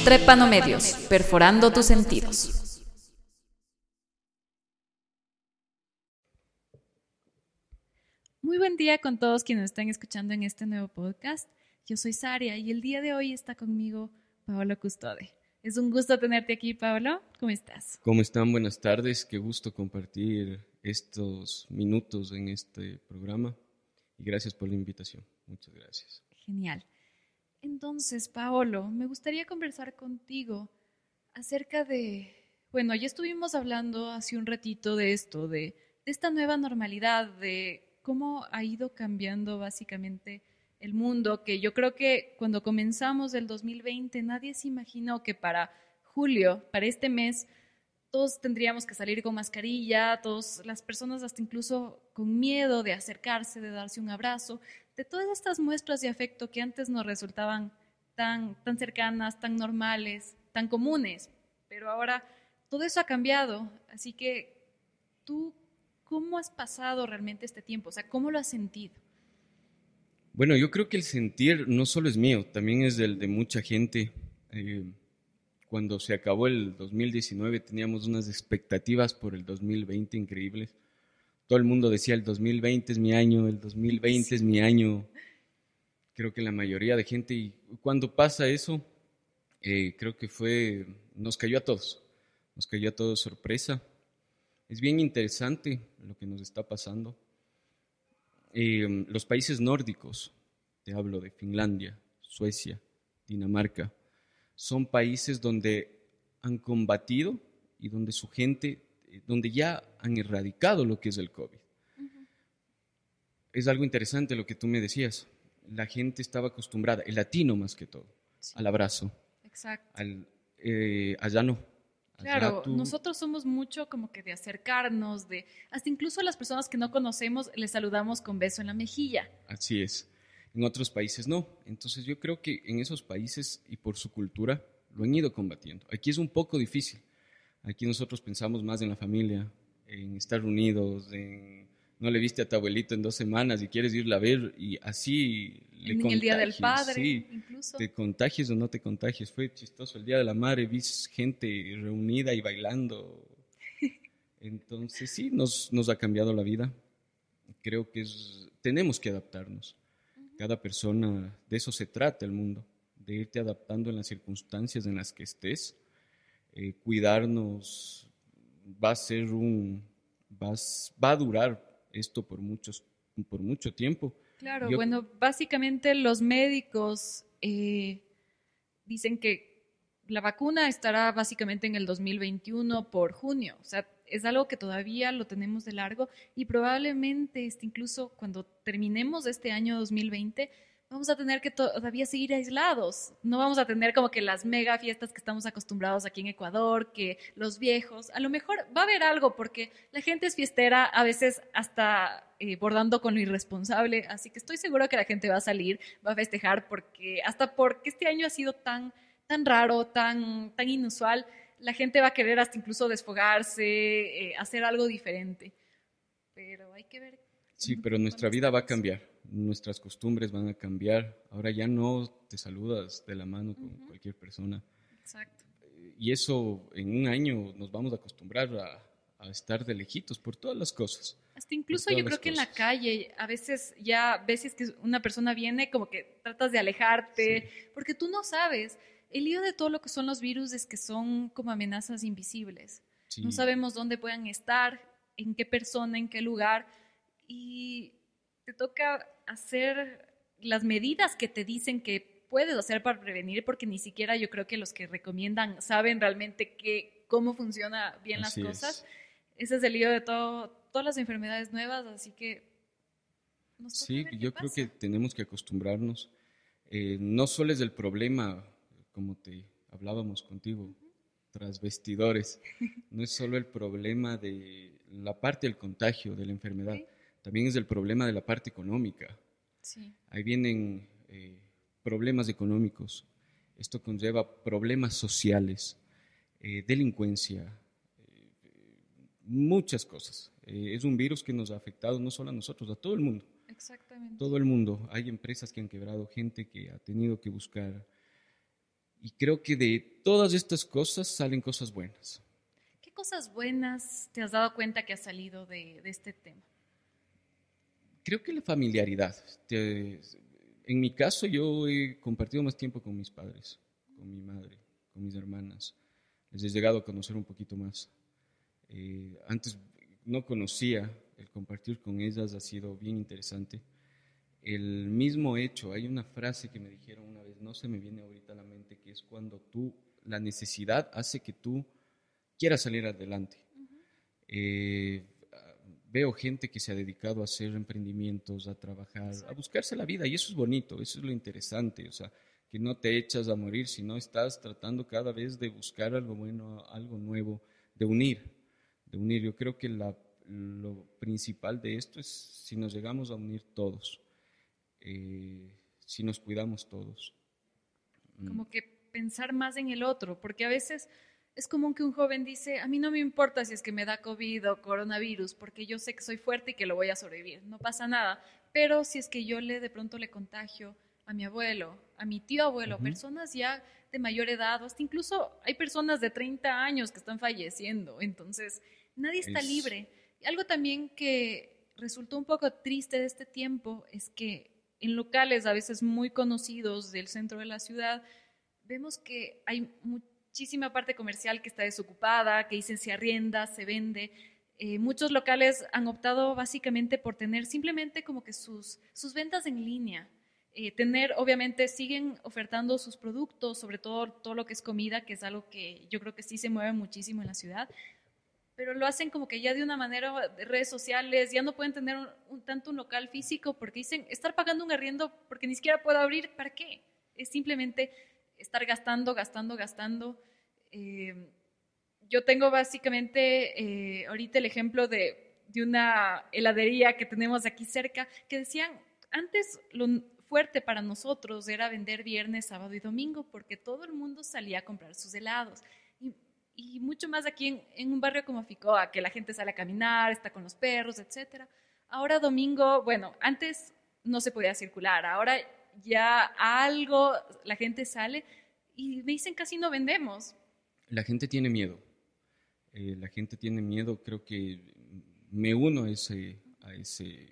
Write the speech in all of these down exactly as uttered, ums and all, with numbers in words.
Trepanomedios, perforando tus sentidos. Muy buen día con todos quienes están escuchando en este nuevo podcast. Yo soy Saria y el día de hoy está conmigo Paolo Custode. Es un gusto tenerte aquí, Paolo. ¿Cómo estás? ¿Cómo están? Buenas tardes. Qué gusto compartir estos minutos en este programa y gracias por la invitación. Muchas gracias. Genial. Entonces, Paolo, me gustaría conversar contigo acerca de, bueno, ya estuvimos hablando hace un ratito de esto, de, de esta nueva normalidad, de cómo ha ido cambiando básicamente el mundo, que yo creo que cuando comenzamos el dos mil veinte nadie se imaginó que para julio, para este mes, todos tendríamos que salir con mascarilla, todas las personas hasta incluso con miedo de acercarse, de darse un abrazo, de todas estas muestras de afecto que antes nos resultaban tan, tan cercanas, tan normales, tan comunes, pero ahora todo eso ha cambiado, así que tú, ¿cómo has pasado realmente este tiempo? O sea, ¿cómo lo has sentido? Bueno, yo creo que el sentir no solo es mío, también es del de mucha gente. Eh, cuando se acabó el dos mil diecinueve teníamos unas expectativas por el dos mil veinte increíbles. Todo el mundo decía el dos mil veinte es mi año, el dos mil veinte es mi año. Creo que la mayoría de gente, y cuando pasa eso, eh, creo que fue, nos cayó a todos, nos cayó a todos sorpresa. Es bien interesante lo que nos está pasando. Eh, los países nórdicos, te hablo de Finlandia, Suecia, Dinamarca, son países donde han combatido y donde su gente, donde ya han erradicado lo que es el COVID. Uh-huh. Es algo interesante lo que tú me decías. La gente estaba acostumbrada, el latino más que todo, sí, al abrazo. Exacto. Al, eh, allá no. Claro, tú... nosotros somos mucho como que de acercarnos, de hasta incluso a las personas que no conocemos les saludamos con beso en la mejilla. Así es. En otros países no. Entonces yo creo que en esos países y por su cultura lo han ido combatiendo. Aquí es un poco difícil. Aquí nosotros pensamos más en la familia, en estar unidos, en no le viste a tu abuelito en dos semanas y quieres irla a ver y así le en contagies. El Día del Padre, sí, incluso. Te contagies o no te contagies. Fue chistoso. El Día de la Madre vi gente reunida y bailando. Entonces sí, nos, nos ha cambiado la vida. Creo que es, tenemos que adaptarnos. Cada persona, de eso se trata el mundo, de irte adaptando en las circunstancias en las que estés. Eh, cuidarnos va a ser un, va, va a durar esto por, muchos, por mucho tiempo. Claro, Yo, bueno, básicamente los médicos eh, dicen que la vacuna estará básicamente en el dos mil veintiuno por junio, o sea, es algo que todavía lo tenemos de largo y probablemente este, incluso cuando terminemos este año dos mil veinte vamos a tener que todavía seguir aislados, no vamos a tener como que las mega fiestas que estamos acostumbrados aquí en Ecuador, que los viejos, a lo mejor va a haber algo porque la gente es fiestera, a veces hasta eh, bordando con lo irresponsable, así que estoy seguro que la gente va a salir, va a festejar porque hasta porque este año ha sido tan, tan raro, tan, tan inusual, la gente va a querer hasta incluso desfogarse, eh, hacer algo diferente, pero hay que ver. Sí, pero nuestra vida va a cambiar, nuestras costumbres van a cambiar. Ahora ya no te saludas de la mano con uh-huh. cualquier persona. Exacto. Y eso en un año nos vamos a acostumbrar a, a estar de lejitos por todas las cosas. Hasta incluso yo creo que cosas. En la calle a veces ya veces que una persona viene como que tratas de alejarte, sí. porque tú no sabes. El lío de todo lo que son los virus es que son como amenazas invisibles. Sí. No sabemos dónde puedan estar, en qué persona, en qué lugar. Y te toca hacer las medidas que te dicen que puedes hacer para prevenir, porque ni siquiera yo creo que los que recomiendan saben realmente que, cómo funcionan bien así las cosas. Es. Ese es el lío de todo, todas las enfermedades nuevas, así que nos toca sí, ver yo creo que tenemos que acostumbrarnos. Eh, no solo es el problema, como te hablábamos contigo, uh-huh. tras vestidores, no es solo el problema de la parte del contagio, de la enfermedad. Okay. También es el problema de la parte económica. Sí. Ahí vienen eh, problemas económicos. Esto conlleva problemas sociales, eh, delincuencia, eh, muchas cosas. Eh, es un virus que nos ha afectado no solo a nosotros, a todo el mundo. Exactamente. Todo el mundo. Hay empresas que han quebrado, gente que ha tenido que buscar Y creo que de todas estas cosas salen cosas buenas. ¿Qué cosas buenas te has dado cuenta que ha salido de, de este tema? Creo que la familiaridad. Te- en mi caso, yo he compartido más tiempo con mis padres, con mi madre, con mis hermanas. Les he llegado a conocer un poquito más. Eh, antes no conocía, el compartir con ellas ha sido bien interesante. El mismo hecho, hay una frase que me dijeron una vez, no se me viene ahorita a la mente, que es cuando tú, la necesidad hace que tú quieras salir adelante. Eh, Veo gente que se ha dedicado a hacer emprendimientos, a trabajar, a buscarse la vida, y eso es bonito, eso es lo interesante, o sea, que no te echas a morir, sino estás tratando cada vez de buscar algo bueno, algo nuevo, de unir, de unir. Yo creo que la, lo principal de esto es si nos llegamos a unir todos, eh, si nos cuidamos todos. Como que pensar más en el otro, porque a veces es común que un joven dice, a mí no me importa si es que me da COVID o coronavirus, porque yo sé que soy fuerte y que lo voy a sobrevivir, no pasa nada, pero si es que yo le de pronto le contagio a mi abuelo, a mi tío abuelo, Ujú. personas ya de mayor edad, o hasta incluso hay personas de treinta años que están falleciendo, entonces nadie está Es, libre. Y algo también que resultó un poco triste de este tiempo es que en locales a veces muy conocidos del centro de la ciudad, vemos que hay muchísima parte comercial que está desocupada, que dicen se arrienda, se vende. Eh, muchos locales han optado básicamente por tener simplemente como que sus, sus ventas en línea. Eh, tener, obviamente, siguen ofertando sus productos, sobre todo todo lo que es comida, que es algo que yo creo que sí se mueve muchísimo en la ciudad, pero lo hacen como que ya de una manera de redes sociales, ya no pueden tener un, un, tanto un local físico porque dicen, estar pagando un arriendo porque ni siquiera puedo abrir, ¿para qué? Es simplemente estar gastando, gastando, gastando. Eh, yo tengo básicamente eh, ahorita el ejemplo de, de una heladería que tenemos aquí cerca que decían, antes lo fuerte para nosotros era vender viernes, sábado y domingo porque todo el mundo salía a comprar sus helados. Y y mucho más aquí en, en, un barrio como Ficoa, que la gente sale a caminar, está con los perros, etcétera. Ahora domingo, bueno, antes no se podía circular, ahora ya algo la gente sale y me dicen casi no vendemos. la gente tiene miedo. Eh, la gente tiene miedo, creo que me uno a, ese, a, ese,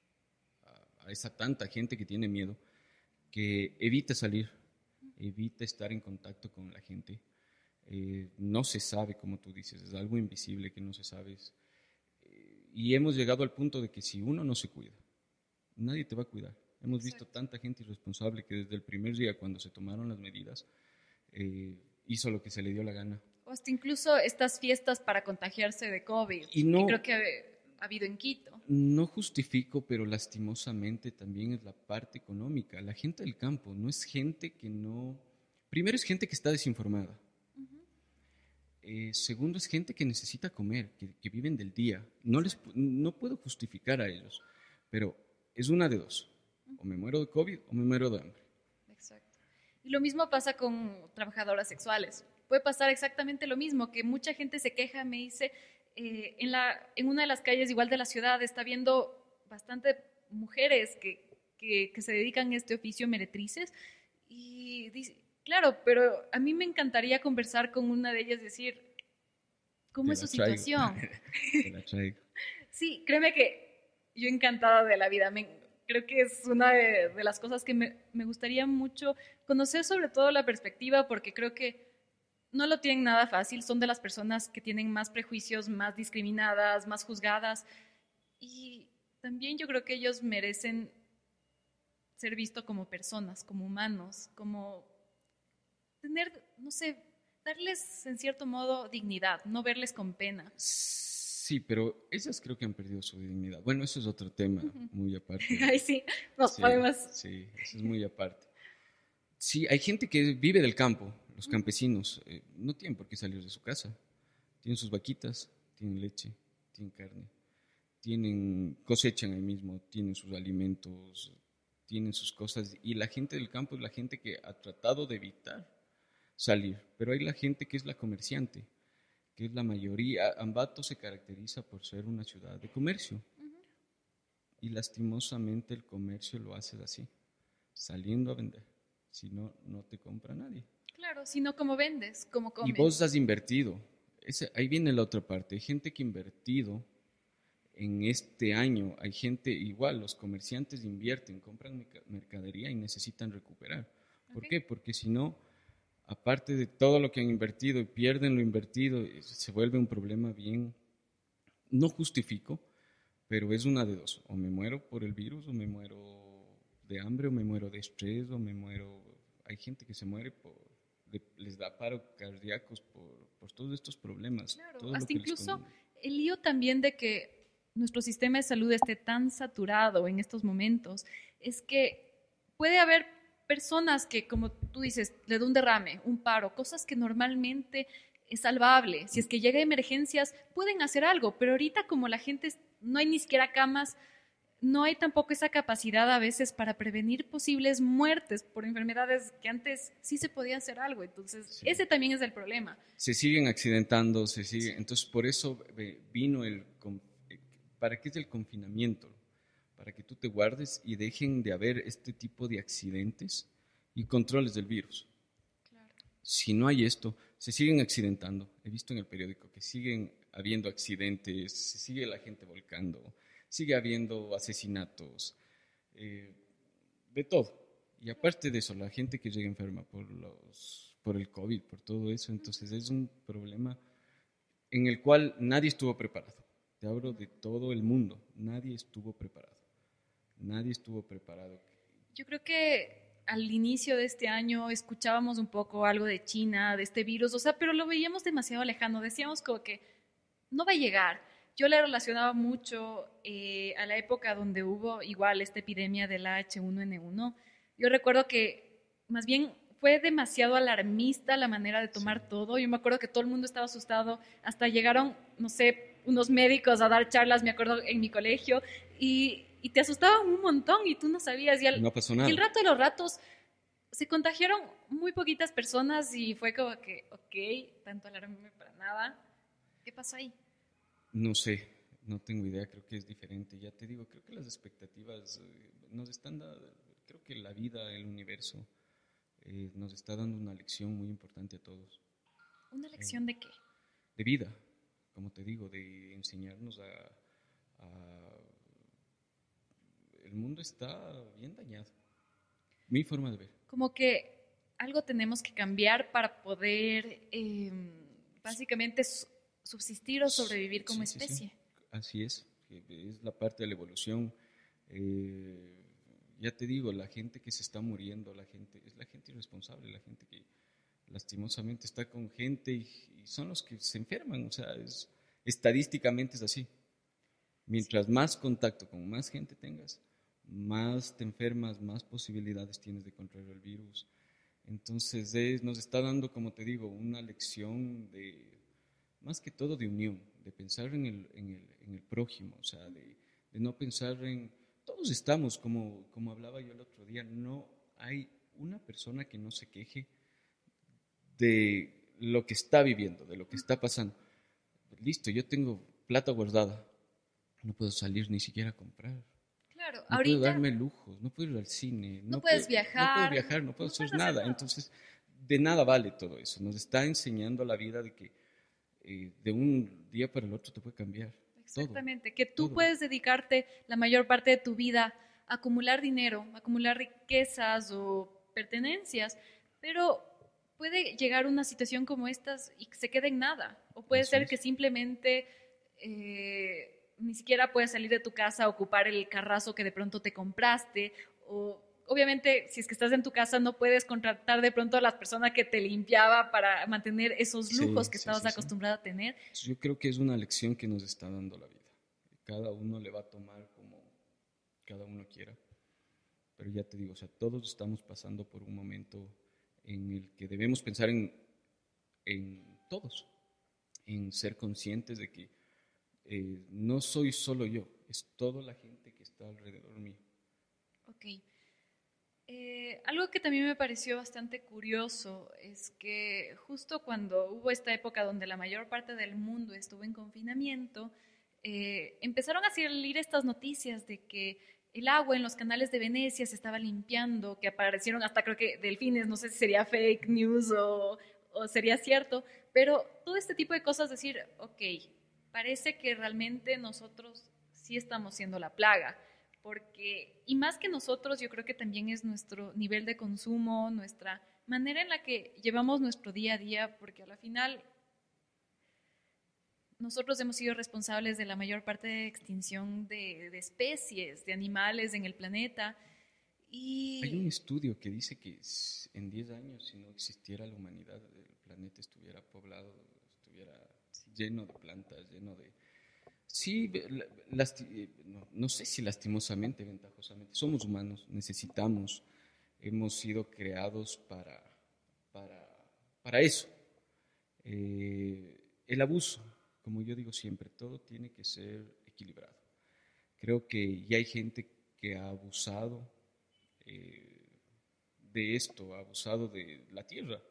a, a esa tanta gente que tiene miedo, que evita salir, evita estar en contacto con la gente. Eh, no se sabe, como tú dices, es algo invisible que no se sabe. Eh, y hemos llegado al punto de que si uno no se cuida, nadie te va a cuidar. Hemos visto Exacto. tanta gente irresponsable que desde el primer día, cuando se tomaron las medidas, eh, hizo lo que se le dio la gana. O hasta incluso estas fiestas para contagiarse de COVID, Y que no, creo que ha habido en Quito. no justifico, pero lastimosamente también es la parte económica. La gente del campo no es gente que no... Primero es gente que está desinformada. Eh, segundo es gente que necesita comer, que, que viven del día. No, les, no puedo justificar a ellos, pero es una de dos. O me muero de COVID o me muero de hambre. Exacto. Y lo mismo pasa con trabajadoras sexuales. Puede pasar exactamente lo mismo, que mucha gente se queja, me dice, eh, en, la, en una de las calles igual de la ciudad está viendo bastante mujeres que, que, que se dedican a este oficio, meretrices, y dice, claro, pero a mí me encantaría conversar con una de ellas, decir, ¿cómo Te es su la traigo. situación? Te la traigo. Sí, créeme que yo encantada de la vida. Me, creo que es una de, de las cosas que me, me, gustaría mucho conocer, sobre todo la perspectiva, porque creo que no lo tienen nada fácil. Son de las personas que tienen más prejuicios, más discriminadas, más juzgadas. Y también yo creo que ellos merecen ser vistos como personas, como humanos, como tener, no sé, darles en cierto modo dignidad, no verles con pena. Sí, pero ellas creo que han perdido su dignidad. Bueno, eso es otro tema muy aparte. Ay, sí, nos Sí, podemos... sí, eso es muy aparte. Sí, hay gente que vive del campo, los campesinos, eh, no tienen por qué salir de su casa. Tienen sus vaquitas, tienen leche, tienen carne, tienen, cosechan ahí mismo, tienen sus alimentos, tienen sus cosas. Y la gente del campo es la gente que ha tratado de evitar salir. Pero hay la gente que es la comerciante, que es la mayoría. Ambato se caracteriza por ser una ciudad de comercio. Y lastimosamente el comercio lo hace así, saliendo a vender. Si no, no te compra nadie. Claro, sino cómo vendes, cómo Y comes. vos has invertido. Ese- ahí viene la otra parte. Hay gente que ha invertido en este año. Hay gente, igual, los comerciantes invierten, compran merca- mercadería y necesitan recuperar. ¿Por Ok. qué? Porque si no, aparte de todo lo que han invertido y pierden lo invertido, eh, se vuelve un problema bien. No justifico, pero es una de dos. O me muero por el virus, o me muero de hambre, o me muero de estrés, o me muero. Hay gente que se muere por. le- Les da paro cardíacos por, por todos estos problemas, Claro, todo lo hasta que les incluso con- el lío también de que nuestro sistema de salud esté tan saturado en estos momentos, es que puede haber personas que, como tú dices, le da un derrame, un paro, cosas que normalmente es salvable. Si es que llega a emergencias, pueden hacer algo, pero ahorita como la gente es- no hay ni siquiera camas, no hay tampoco esa capacidad a veces para prevenir posibles muertes por enfermedades que antes sí se podía hacer algo. Entonces, Sí. ese también es el problema. Se siguen accidentando, se sigue. Entonces, por eso eh, vino el. con- eh, ¿Para qué es el confinamiento? Para que tú te guardes y dejen de haber este tipo de accidentes y controles del virus. Claro. Si no hay esto, se siguen accidentando. He visto en el periódico que siguen habiendo accidentes, se sigue la gente volcando, sigue habiendo asesinatos, eh, de todo. Y aparte de eso, la gente que llega enferma por los, por el COVID, por todo eso, entonces es un problema en el cual nadie estuvo preparado. Te hablo de todo el mundo, nadie estuvo preparado. Nadie estuvo preparado. Yo creo que al inicio de este año escuchábamos un poco algo de China, de este virus, o sea, pero lo veíamos demasiado lejano. Decíamos como que no va a llegar. Yo le relacionaba mucho eh, a la época donde hubo igual esta epidemia del H uno N uno. Yo recuerdo que más bien fue demasiado alarmista la manera de tomar Sí. todo. Yo me acuerdo que todo el mundo estaba asustado. Hasta llegaron, no sé, unos médicos a dar charlas, me acuerdo, en mi colegio. Y, y te asustaban un montón y tú no sabías. Y, al, No pasó y el nada. rato de los ratos se contagiaron muy poquitas personas y fue como que, ok, tanto alarme para nada. ¿Qué pasó ahí? No sé, no tengo idea, creo que es diferente. Ya te digo, creo que las expectativas eh, nos están dando, creo que la vida, el universo, eh, nos está dando una lección muy importante a todos. ¿Una Eh, lección de qué? de vida, como te digo, de enseñarnos a, a- El mundo está bien dañado. Mi forma de ver. Como que algo tenemos que cambiar para poder eh, básicamente su- subsistir o sobrevivir como Sí, sí, sí. especie. Así es. que Es la parte de la evolución. Eh, ya te digo, la gente que se está muriendo, la gente, es la gente irresponsable, la gente que lastimosamente está con gente y, y son los que se enferman. O sea, es, estadísticamente es así. Mientras más contacto con más gente tengas, más te enfermas, más posibilidades tienes de contraer el virus. Entonces es- nos está dando, como te digo, una lección de, más que todo de unión, de pensar en el, en el, en el prójimo, o sea, de, de no pensar en, todos estamos, como, como hablaba yo el otro día, no hay una persona que no se queje de lo que está viviendo, de lo que está pasando. Listo, yo tengo plata guardada, no puedo salir ni siquiera a comprar. Claro, No puedo ahorita darme lujos, no puedo ir al cine, no no puedes puedo, no puedo viajar, viajar, no puedo no hacer puedes hacer nada. nada. Entonces, de nada vale todo eso. Nos está enseñando la vida de que eh, de un día para el otro te puede cambiar todo, Exactamente, que tú todo. puedes dedicarte la mayor parte de tu vida a acumular dinero, a acumular riquezas o pertenencias, pero puede llegar una situación como estas y que se quede en nada. O puede Así ser que es. simplemente eh, ni siquiera puedes salir de tu casa a ocupar el carrazo que de pronto te compraste. O obviamente, si es que estás en tu casa, no puedes contratar de pronto a las personas que te limpiaba para mantener esos lujos Sí, que sí, estabas sí, sí. acostumbrado a tener. Entonces, yo creo que es una lección que nos está dando la vida. Cada uno le va a tomar como cada uno quiera. Pero ya te digo, o sea, todos estamos pasando por un momento en el que debemos pensar en, en todos, en ser conscientes de que eh, no soy solo yo, es toda la gente que está alrededor mío. Ok. Eh, algo que también me pareció bastante curioso es que justo cuando hubo esta época donde la mayor parte del mundo estuvo en confinamiento, eh, empezaron a salir estas noticias de que el agua en los canales de Venecia se estaba limpiando, que aparecieron hasta creo que delfines, no sé si sería fake news o, o sería cierto, pero todo este tipo de cosas, decir, ok, parece que realmente nosotros sí estamos siendo la plaga, porque, y más que nosotros, yo creo que también es nuestro nivel de consumo, nuestra manera en la que llevamos nuestro día a día, porque a la final nosotros hemos sido responsables de la mayor parte de extinción de, de especies, de animales en el planeta. Y hay un estudio que dice que en diez años, si no existiera la humanidad, el planeta estuviera poblado, estuviera lleno de plantas, lleno de... Sí, no, no sé si lastimosamente, ventajosamente, somos humanos, necesitamos, hemos sido creados para, para, para eso. Eh, el abuso, como yo digo siempre, todo tiene que ser equilibrado. Creo que ya hay gente que ha abusado eh, de esto, ha abusado de la tierra,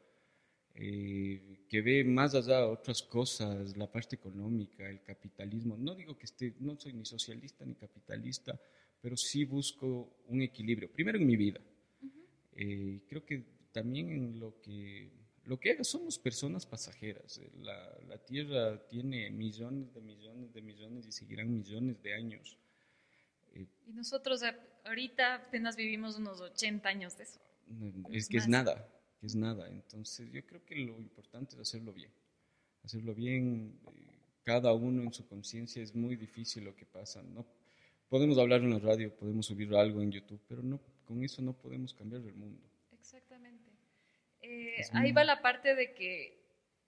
eh, que ve más allá otras cosas, la parte económica, el capitalismo. No digo que esté, no soy ni socialista ni capitalista, pero sí busco un equilibrio. Primero en mi vida. Eh, creo que también en lo que lo que haga, somos personas pasajeras. La, la Tierra tiene millones de millones de millones y seguirán millones de años. Eh, y nosotros ahorita apenas vivimos unos ochenta años de eso. Es que más. es nada, que es nada. Entonces yo creo que lo importante es hacerlo bien. Hacerlo bien, eh, cada uno en su conciencia. Es muy difícil lo que pasa. No podemos hablar en la radio, podemos subir algo en YouTube, pero no, con eso no podemos cambiar el mundo. Exactamente. Eh, ahí va la parte de que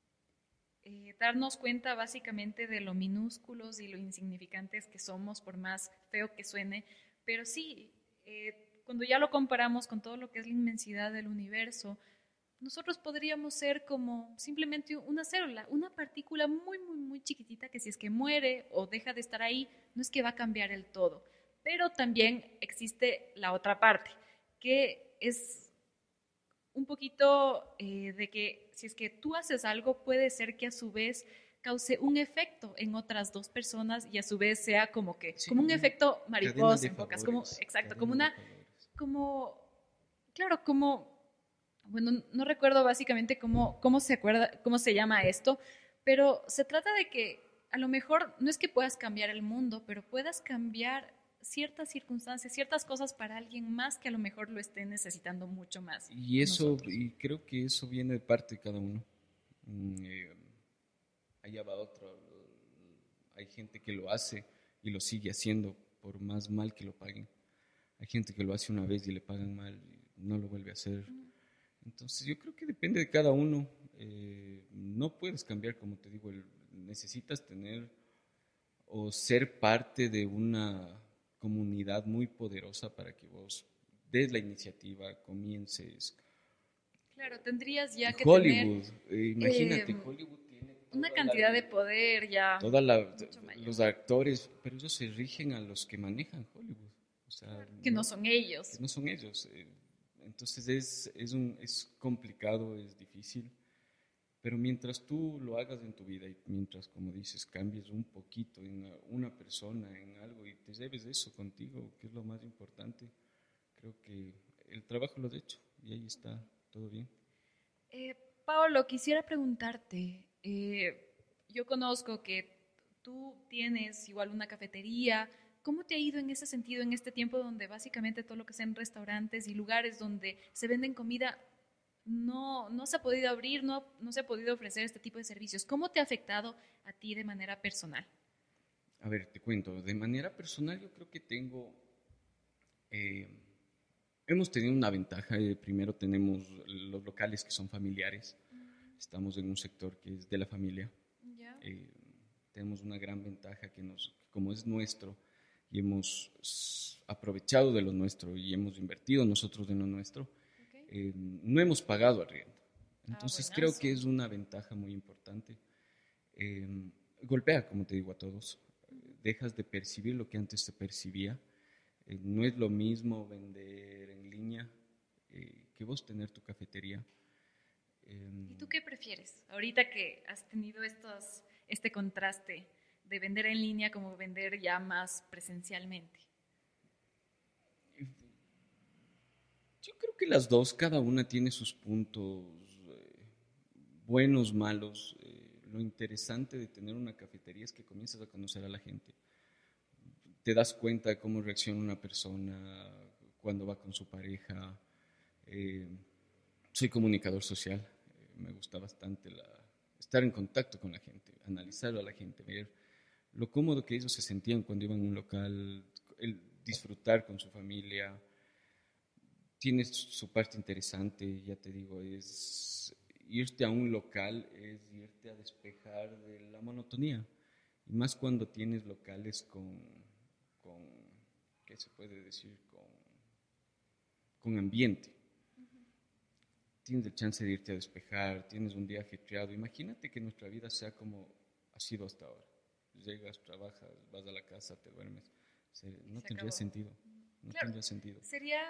eh, darnos cuenta básicamente de lo minúsculos y lo insignificantes que somos, por más feo que suene, pero sí, eh, cuando ya lo comparamos con todo lo que es la inmensidad del universo, nosotros podríamos ser como simplemente una célula, una partícula muy, muy, muy chiquitita que si es que muere o deja de estar ahí, no es que va a cambiar el todo. Pero también existe la otra parte, que es un poquito eh, de que si es que tú haces algo, puede ser que a su vez cause un efecto en otras dos personas y a su vez sea como que, sí, como un efecto mariposa en pocas, como, exacto, como una, como, claro, como, bueno, no recuerdo básicamente cómo, cómo se acuerda, cómo se llama esto, pero se trata de que a lo mejor no es que puedas cambiar el mundo, pero puedas cambiar ciertas circunstancias, ciertas cosas para alguien más que a lo mejor lo esté necesitando mucho más. Y eso, y creo que eso viene de parte de cada uno. Eh, allá va otro. Hay gente que lo hace y lo sigue haciendo por más mal que lo paguen. Hay gente que lo hace una vez y le pagan mal y no lo vuelve a hacer. Entonces yo creo que depende de cada uno. Eh, no puedes cambiar, como te digo, el, necesitas tener o ser parte de una comunidad muy poderosa para que vos des la iniciativa, comiences. Claro, tendrías ya que Hollywood, tener... eh, imagínate, eh, Hollywood tiene una cantidad la, de poder ya. Toda la, los actores, pero ellos se rigen a los que manejan Hollywood. O sea, claro, que no, no son ellos. Que no son ellos. Eh, entonces es, es, un, es complicado, es difícil. Pero mientras tú lo hagas en tu vida y mientras, como dices, cambies un poquito en una persona, en algo y te lleves eso contigo, que es lo más importante, creo que el trabajo lo has hecho y ahí está todo bien. Eh, Paolo, quisiera preguntarte, eh, yo conozco que tú tienes igual una cafetería. ¿Cómo te ha ido en ese sentido, en este tiempo donde básicamente todo lo que sean restaurantes y lugares donde se venden comida no, no se ha podido abrir, no, no se ha podido ofrecer este tipo de servicios? ¿Cómo te ha afectado a ti de manera personal? A ver, te cuento. De manera personal yo creo que tengo... Eh, hemos tenido una ventaja. Eh, primero tenemos los locales que son familiares. Mm. Estamos en un sector que es de la familia. Yeah. Eh, tenemos una gran ventaja que, nos, que como es nuestro y hemos aprovechado de lo nuestro y hemos invertido nosotros en lo nuestro, Eh, no hemos pagado arriendo. Entonces ah, creo que es una ventaja muy importante. Eh, golpea, como te digo, a todos. Dejas de percibir lo que antes se percibía. Eh, no es lo mismo vender en línea eh, que vos tener tu cafetería. Eh, ¿Y tú qué prefieres? Ahorita que has tenido estos, este contraste de vender en línea como vender ya más presencialmente. que las dos, cada una tiene sus puntos eh, buenos, malos. Eh, lo interesante de tener una cafetería es que comienzas a conocer a la gente. Te das cuenta de cómo reacciona una persona cuando va con su pareja. Eh, soy comunicador social. Eh, me gusta bastante la, estar en contacto con la gente, analizar a la gente, ver lo cómodo que ellos se sentían cuando iban a un local, el disfrutar con su familia. Tiene su parte interesante, ya te digo, es irte a un local, es irte a despejar de la monotonía. Y más cuando tienes locales con, con ¿qué se puede decir? Con, con ambiente. Tienes el chance de irte a despejar, tienes un día ajetreado. Imagínate que nuestra vida sea como ha sido hasta ahora. Llegas, trabajas, vas a la casa, te duermes. No tendría sentido. No claro, tendría sentido. Sería,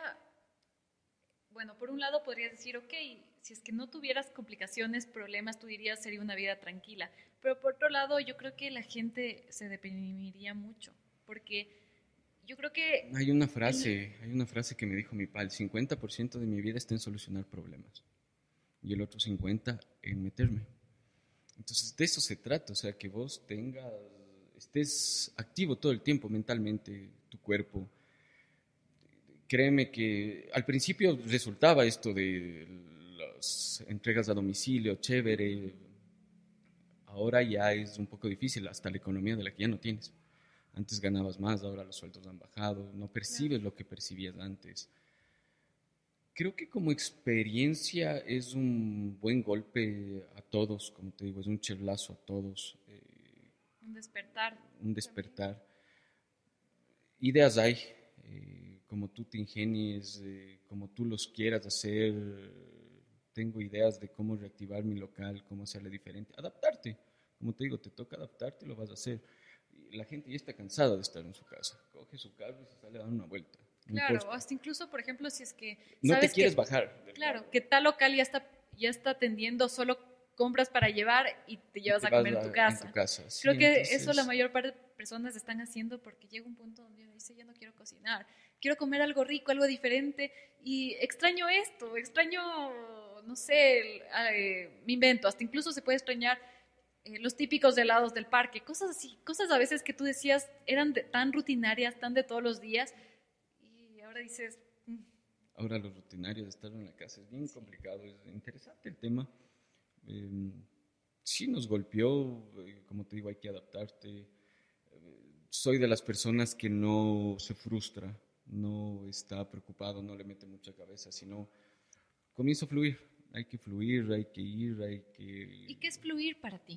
bueno, por un lado podrías decir, ok, si es que no tuvieras complicaciones, problemas, tú dirías sería una vida tranquila. Pero por otro lado, yo creo que la gente se deprimiría mucho, porque yo creo que... Hay una frase, el... hay una frase que me dijo mi papá, el cincuenta por ciento de mi vida está en solucionar problemas y el otro cincuenta por ciento en meterme. Entonces, de eso se trata, o sea, que vos tengas, estés activo todo el tiempo mentalmente, tu cuerpo. Créeme que al principio resultaba esto de las entregas a domicilio, chévere. Ahora ya es un poco difícil, hasta la economía de la que ya no tienes. Antes ganabas más, ahora los sueldos han bajado, no percibes claro. lo que percibías antes. Creo que como experiencia es un buen golpe a todos, como te digo, es un chirlazo a todos. Eh, un despertar. Un despertar. También. Ideas hay, eh, como tú te ingenies, eh, como tú los quieras hacer. Tengo ideas de cómo reactivar mi local, cómo hacerle diferente. Adaptarte, como te digo, te toca adaptarte y lo vas a hacer. La gente ya está cansada de estar en su casa. Coge su carro y se sale a dar una vuelta. No claro, importa. hasta incluso, por ejemplo, si es que no sabes te quieres que, bajar. Claro, que tal local ya está, ya está atendiendo solo compras para llevar y te llevas y te a comer a, en tu casa. En tu casa. Sí, Creo que entonces... eso la mayor parte de personas están haciendo porque llega un punto donde uno dice, ya no quiero cocinar, quiero comer algo rico, algo diferente y extraño esto, extraño, no sé, eh, me invento, hasta incluso se puede extrañar Eh, los típicos helados del parque, cosas así, cosas a veces que tú decías eran de, tan rutinarias, tan de todos los días, y ahora dices... Mm. Ahora los rutinarios de estar en la casa es bien sí. complicado, es interesante el tema. Eh, sí nos golpeó, eh, como te digo, hay que adaptarte. Eh, soy de las personas que no se frustra, no está preocupado, no le mete mucha cabeza, sino comienza a fluir. Hay que fluir, hay que ir, hay que... ¿Y qué es fluir para ti?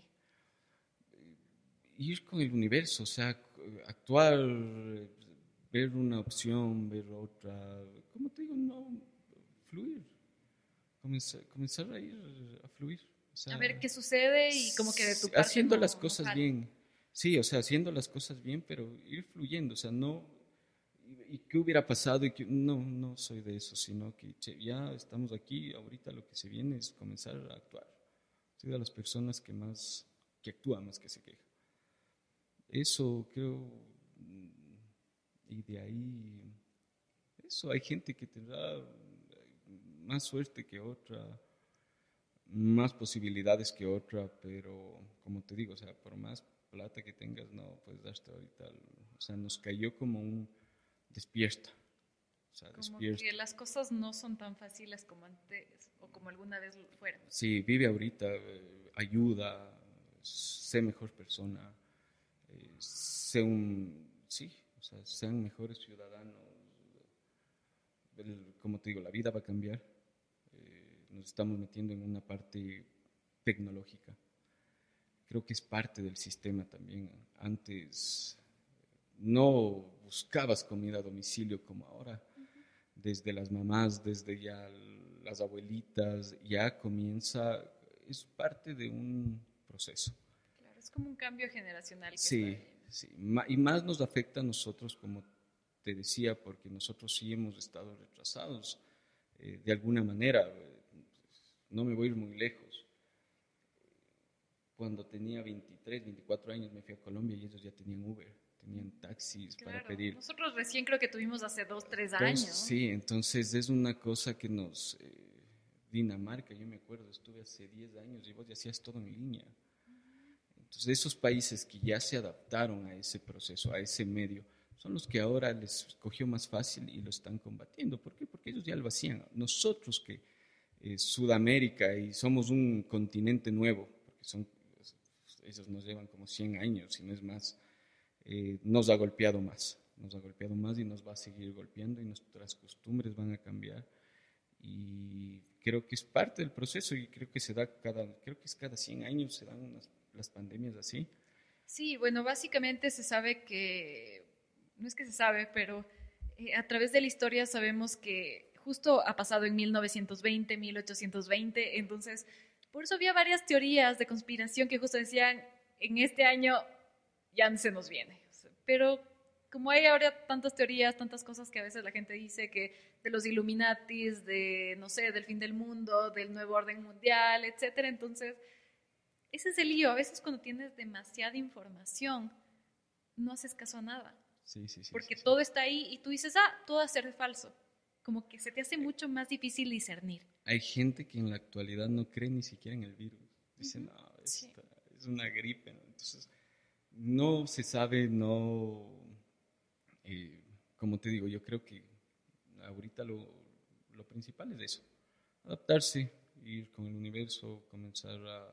Ir con el universo, o sea, actuar, ver una opción, ver otra, ¿cómo te digo? No, fluir, comenzar, comenzar a ir a fluir. O sea, a ver qué sucede y como que de tu parte haciendo no, las cosas no bien, sí, o sea, haciendo las cosas bien, pero ir fluyendo, o sea, no, ¿y qué hubiera pasado? Y que, no, no soy de eso, sino que che, ya estamos aquí, ahorita lo que se viene es comenzar a actuar. Soy de las personas que más, que actúan más que se quejan. Eso creo, y de ahí, eso, hay gente que tendrá más suerte que otra, más posibilidades que otra, pero como te digo, o sea, por más plata que tengas, no puedes darte ahorita, o sea, nos cayó como un despierta, o sea, como despierta. que las cosas no son tan fáciles como antes, o como alguna vez fueran. Sí, vive ahorita, eh, ayuda, sé mejor persona, eh, sé un, sí, o sea, sean mejores ciudadanos. El, como te digo, la vida va a cambiar. Eh, nos estamos metiendo en una parte tecnológica. Creo que es parte del sistema también. Antes no buscabas comida a domicilio como ahora. Uh-huh. Desde las mamás, desde ya las abuelitas, ya comienza, es parte de un proceso. Claro, es como un cambio generacional. Que sí, está sí, y más nos afecta a nosotros, como te decía, porque nosotros sí hemos estado retrasados eh, de alguna manera. No me voy a ir muy lejos. Cuando tenía veintitrés, veinticuatro años me fui a Colombia y ellos ya tenían Uber, tenían taxis Claro, para pedir. nosotros recién creo que tuvimos hace dos, tres Dos, años. sí, entonces es una cosa que nos... Eh, Dinamarca, yo me acuerdo, estuve hace diez años y vos ya hacías todo en línea. Entonces esos países que ya se adaptaron a ese proceso, a ese medio, son los que ahora les cogió más fácil y lo están combatiendo. ¿Por qué? Porque ellos ya lo hacían. Nosotros que eh, Sudamérica y somos un continente nuevo, porque son, ellos nos llevan como cien años, si no es más, eh, nos ha golpeado más, nos ha golpeado más y nos va a seguir golpeando y nuestras costumbres van a cambiar. Y creo que es parte del proceso y creo que se da cada, creo que es cada cien años se dan unas, las pandemias así. Sí, bueno, básicamente se sabe que, no es que se sabe, pero eh, a través de la historia sabemos que justo ha pasado en mil novecientos veinte, mil ochocientos veinte, entonces por eso había varias teorías de conspiración que justo decían, en este año ya se nos viene. Pero como hay ahora tantas teorías, tantas cosas que a veces la gente dice que de los Illuminatis, de, no sé, del fin del mundo, del nuevo orden mundial, etcétera, entonces ese es el lío. A veces cuando tienes demasiada información, no haces caso a nada. Sí, sí, sí. Porque sí, sí. todo está ahí y tú dices, ah, todo va a ser falso. Como que se te hace mucho más difícil discernir. Hay gente que en la actualidad no cree ni siquiera en el virus. Dicen, uh-huh. no, esta, sí. es una gripe, ¿no? Entonces, no se sabe, no... Eh, como te digo, yo creo que ahorita lo, lo principal es eso. Adaptarse, ir con el universo, comenzar a...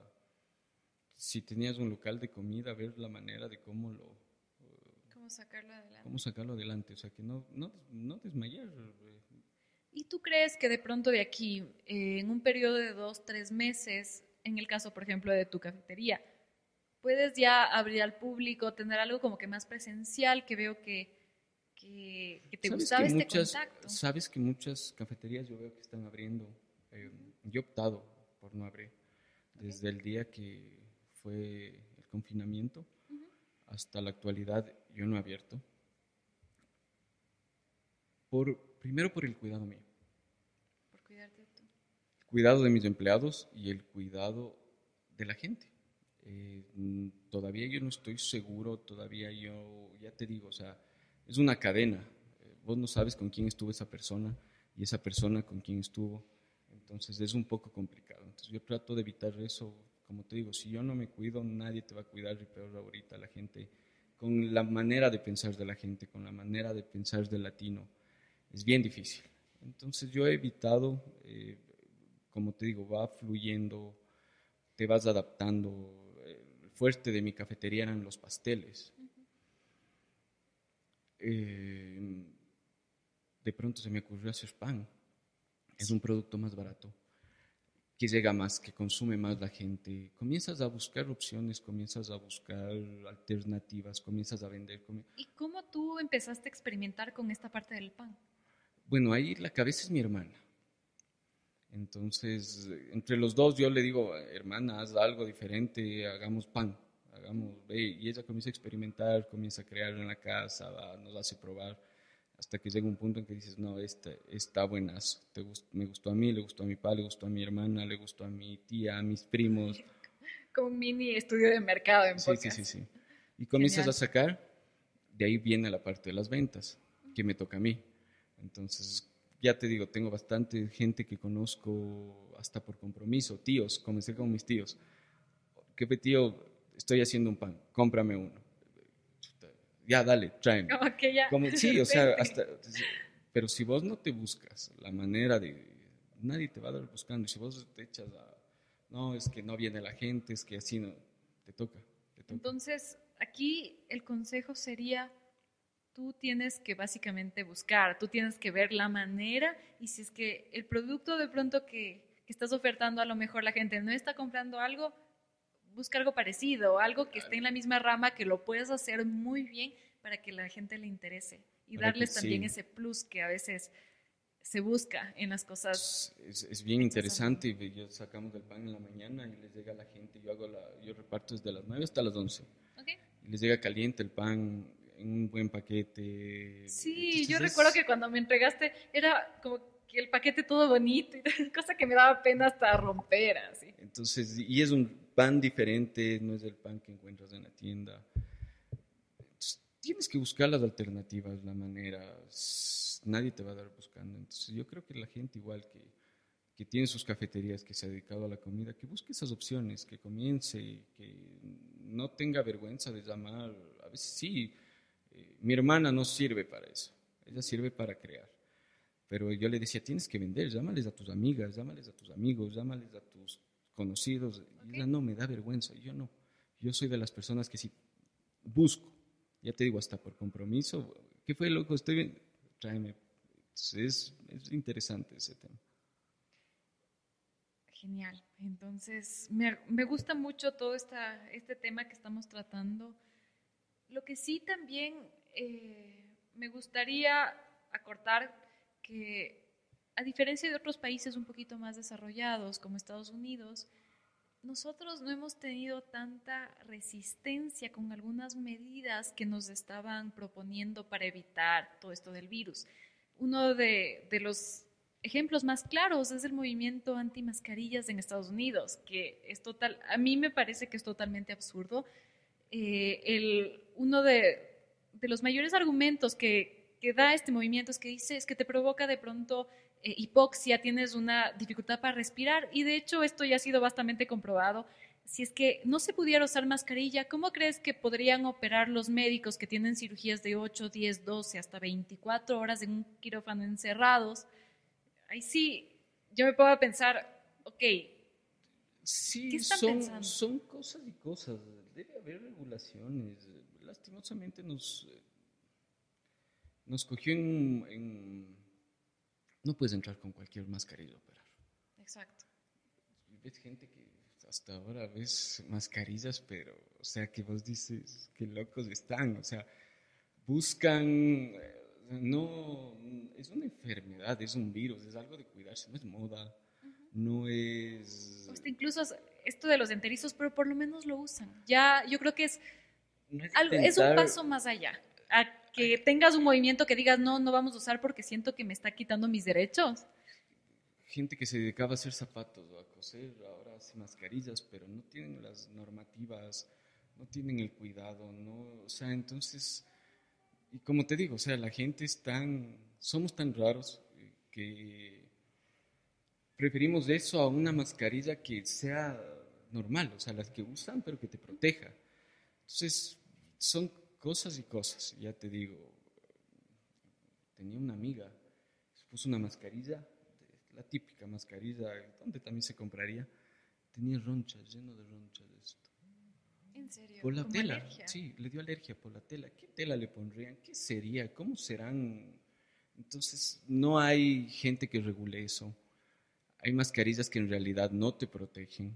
Si tenías un local de comida, ver la manera de cómo lo... Cómo sacarlo adelante. Cómo sacarlo adelante, o sea, que no, no, no desmayar. ¿Y tú crees que de pronto de aquí, eh, en un periodo de dos, tres meses, en el caso, por ejemplo, de tu cafetería, puedes ya abrir al público, tener algo como que más presencial, que veo que, que, que te gustaba que este muchas, contacto? Sabes que muchas cafeterías yo veo que están abriendo. Eh, uh-huh. Yo he optado por no abrir. Desde okay. el día que fue el confinamiento uh-huh. hasta la actualidad yo no he abierto. Por, primero por el cuidado mío. Por cuidarte tú. El cuidado de mis empleados y el cuidado de la gente. Eh, todavía yo no estoy seguro, todavía yo, ya te digo, o sea, es una cadena. Eh, vos no sabes con quién estuvo esa persona y esa persona con quién estuvo. Entonces es un poco complicado. Entonces yo trato de evitar eso. Como te digo, si yo no me cuido, nadie te va a cuidar y peor ahorita la gente, con la manera de pensar de la gente, con la manera de pensar del latino. Es bien difícil. Entonces yo he evitado, eh, como te digo, va fluyendo, te vas adaptando. El fuerte de mi cafetería eran los pasteles. Uh-huh. Eh, de pronto se me ocurrió hacer pan. Es un producto más barato, que llega más, que consume más la gente. Comienzas a buscar opciones, comienzas a buscar alternativas, comienzas a vender. Com- ¿Y cómo tú empezaste a experimentar con esta parte del pan? Bueno, ahí la cabeza es mi hermana. Entonces, entre los dos yo le digo, hermana, haz algo diferente, hagamos pan, hagamos, ve, y ella comienza a experimentar, comienza a crear en la casa, va, nos hace probar, hasta que llega un punto en que dices, no, esta está buenazo, te gust, me gustó a mí, le gustó a mi papá, le gustó a mi hermana, le gustó a mi tía, a mis primos. Como un mini estudio de mercado en sí, podcast. Sí, sí, sí. Y comienzas Genial. a sacar, de ahí viene la parte de las ventas, que me toca a mí. Entonces, ya te digo, tengo bastante gente que conozco hasta por compromiso, tíos, comencé con mis tíos. ¿Qué tío? Estoy haciendo un pan, cómprame uno. Ya, dale, tráeme. Como que ya. Como, sí, o sea, hasta, pero si vos no te buscas la manera de, nadie te va a dar buscando. Y si vos te echas a, no, es que no viene la gente, es que así no, te toca, te toca. Entonces, aquí el consejo sería, tú tienes que básicamente buscar, tú tienes que ver la manera, y si es que el producto de pronto que, que estás ofertando, a lo mejor la gente no está comprando algo, busca algo parecido, algo que claro. esté en la misma rama, que lo puedas hacer muy bien para que la gente le interese y para darles también sí. ese plus que a veces se busca en las cosas. Es, es bien interesante. Yo sacamos el pan en la mañana y les llega a la gente, yo hago la, yo reparto desde las nueve hasta las once. Okay. Y les llega caliente el pan en un buen paquete. Sí, entonces yo es... recuerdo que cuando me entregaste era como que el paquete todo bonito, y cosa que me daba pena hasta romper así. Entonces, y es un pan diferente, no es el pan que encuentras en la tienda. Entonces, tienes que buscar las alternativas, la manera. S- Nadie te va a dar buscando. Entonces yo creo que la gente igual que, que tiene sus cafeterías, que se ha dedicado a la comida, que busque esas opciones, que comience, que no tenga vergüenza de llamar. A veces sí, eh, mi hermana no sirve para eso, ella sirve para crear. Pero yo le decía, tienes que vender, llámales a tus amigas, llámales a tus amigos, llámales a tus conocidos. Y ella Ok. no, me da vergüenza, y yo no. Yo soy de las personas que sí busco, ya te digo, hasta por compromiso. ¿Qué fue, loco? Estoy bien, tráeme. Entonces, es, es interesante ese tema. Genial. Entonces, me, me gusta mucho todo esta, este tema que estamos tratando. Lo que sí también eh, me gustaría acortar que, a diferencia de otros países un poquito más desarrollados, como Estados Unidos, nosotros no hemos tenido tanta resistencia con algunas medidas que nos estaban proponiendo para evitar todo esto del virus. Uno de, de los ejemplos más claros es el movimiento anti-mascarillas en Estados Unidos, que es total, a mí me parece que es totalmente absurdo. Eh, el, uno de, de los mayores argumentos que, que da este movimiento es que dice es que te provoca de pronto eh, hipoxia, tienes una dificultad para respirar y de hecho esto ya ha sido bastante comprobado. Si es que no se pudiera usar mascarilla, ¿cómo crees que podrían operar los médicos que tienen cirugías de ocho, diez, doce, hasta veinticuatro horas en un quirófano encerrados? Ahí sí, yo me puedo pensar, ok, ¿qué Sí, están son, pensando? son cosas y cosas. Debe haber regulaciones. Lastimosamente nos, nos cogió en, en- no puedes entrar con cualquier mascarilla a operar. Exacto. Ves gente que hasta ahora ves mascarillas, pero, o sea, que vos dices, qué locos están. O sea, buscan, eh, no, es una enfermedad, es un virus, es algo de cuidarse, no es moda, no es, O hasta incluso esto de los enterizos, pero por lo menos lo usan. Ya, yo creo que es, no es algo, es un intentar. paso más allá. A que tengas un movimiento que digas, no, no vamos a usar porque siento que me está quitando mis derechos. Gente que se dedicaba a hacer zapatos o a coser, ahora hace mascarillas, pero no tienen las normativas, no tienen el cuidado, no, o sea, entonces, y como te digo, o sea, la gente es tan, somos tan raros eh, que preferimos eso a una mascarilla que sea normal, o sea, las que usan, pero que te proteja. Entonces, son cosas y cosas, ya te digo, tenía una amiga, se puso una mascarilla, la típica mascarilla, donde también se compraría, tenía ronchas, lleno de ronchas de esto. En serio, Por la como tela, alergia. sí, le dio alergia por la tela. ¿Qué tela le pondrían? ¿Qué sería? ¿Cómo serán? Entonces, no hay gente que regule eso. Hay mascarillas que en realidad no te protegen.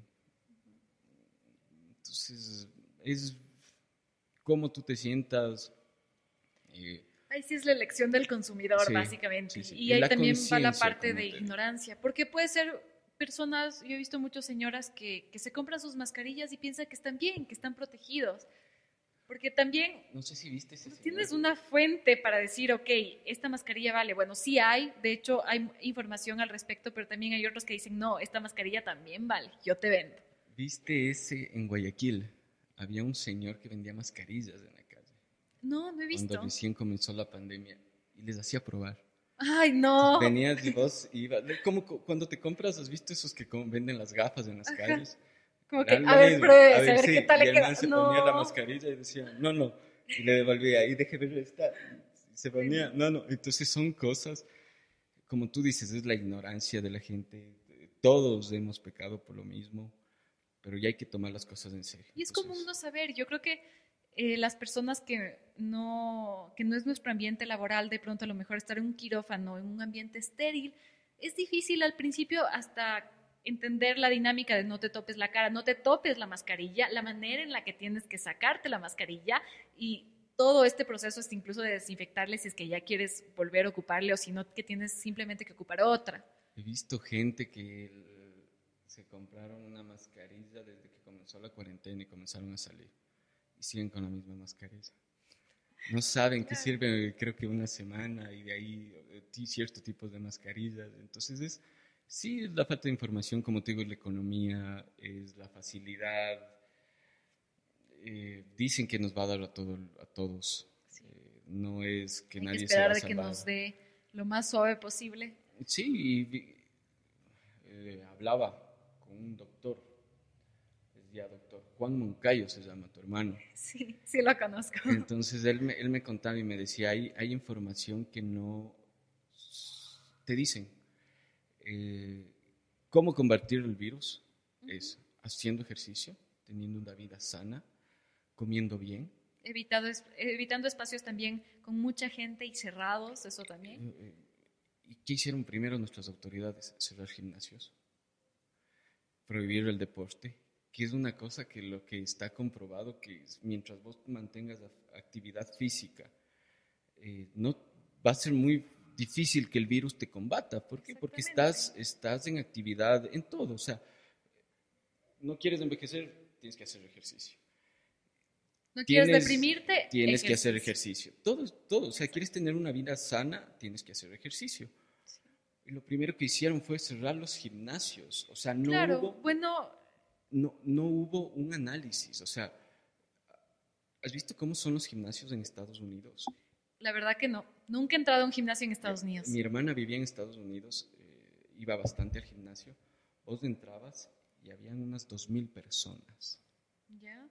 Entonces, es cómo tú te sientas. eh, Ahí sí es la elección del consumidor, sí, básicamente. sí, sí. Y Y ahí la también va la conciencia, parte como de te digo. ignorancia, porque puede ser personas, yo he visto muchas señoras que, que se compran sus mascarillas y piensan que están bien, que están protegidos, porque también No sé si viste ese no señor tienes de... una fuente para decir, ok, esta mascarilla vale. Bueno, sí hay, de hecho hay información al respecto, pero también hay otros que dicen, no, esta mascarilla también vale, yo te vendo. ¿Viste ese en Guayaquil? Había un señor que vendía mascarillas en la calle No, no he cuando visto. recién comenzó la pandemia y les hacía probar. Ay, Entonces, no. venías y vos ibas, como cu- cuando te compras, ¿has visto esos que com- venden las gafas en las Ajá. calles? Como Era que, lo a ver, mismo, a pruébese, a ver, ver qué sí, tal y le el queda. man se ponía la No. mascarilla y decía, no, no, y le devolvía, y deje ver esta, y se ponía, no, no, entonces son cosas, como tú dices, es la ignorancia de la gente, todos hemos pecado por lo mismo, pero ya hay que tomar las cosas en serio, Y es común entonces, no saber. Yo creo que eh, las personas que no, que no es nuestro ambiente laboral, de pronto a lo mejor estar en un quirófano, en un ambiente estéril, es difícil al principio hasta entender la dinámica de no te topes la cara, no te topes la mascarilla, la manera en la que tienes que sacarte la mascarilla y todo este proceso es incluso de desinfectarle si es que ya quieres volver a ocuparle o si no que tienes simplemente que ocupar otra. he visto gente que el- se compraron una mascarilla desde que comenzó la cuarentena y comenzaron a salir, y siguen con la misma mascarilla. No saben qué Claro. sirve, creo que una semana y de ahí eh, ti- ciertos tipos de mascarillas. Entonces es, sí, es la falta de información, como te digo, es la economía, es la facilidad. Eh, dicen que nos va a dar a, todo, a todos. Sí. no es que Hay que nadie se va esperar a de que salvar. nos dé lo más suave posible. Sí, y vi- eh, hablaba con un doctor, decía doctor Juan Moncayo se llama tu hermano. Sí, sí lo conozco. Entonces él me, él me contaba y me decía, hay, hay información que no te dicen. Eh, ¿Cómo combatir el virus? Es haciendo ejercicio, teniendo una vida sana, comiendo bien. Evitado es- evitando espacios también con mucha gente y cerrados, eso también. Eh, eh, ¿Y qué hicieron primero nuestras autoridades? Cerrar gimnasios, prohibir el deporte, que es una cosa que lo que está comprobado, que es, mientras vos mantengas la actividad física, eh, no va a ser muy difícil que el virus te combata. ¿Por qué? Porque Exactamente. estás, estás en actividad en todo. O sea, no quieres envejecer, tienes que hacer ejercicio. No quieres Tienes, deprimirte, tienes que hacer ejercicio. ejercicio. Todo, todo. O sea, quieres tener una vida sana, tienes que hacer ejercicio. Y lo primero que hicieron fue cerrar los gimnasios. O sea, no Claro, hubo, bueno, no, no hubo un análisis. O sea, ¿has visto cómo son los gimnasios en Estados Unidos? la verdad que no. Nunca he entrado a un gimnasio en Estados Unidos. Mi hermana vivía en Estados Unidos, eh, iba bastante al gimnasio. Vos entrabas y habían unas dos mil personas. ¿Ya?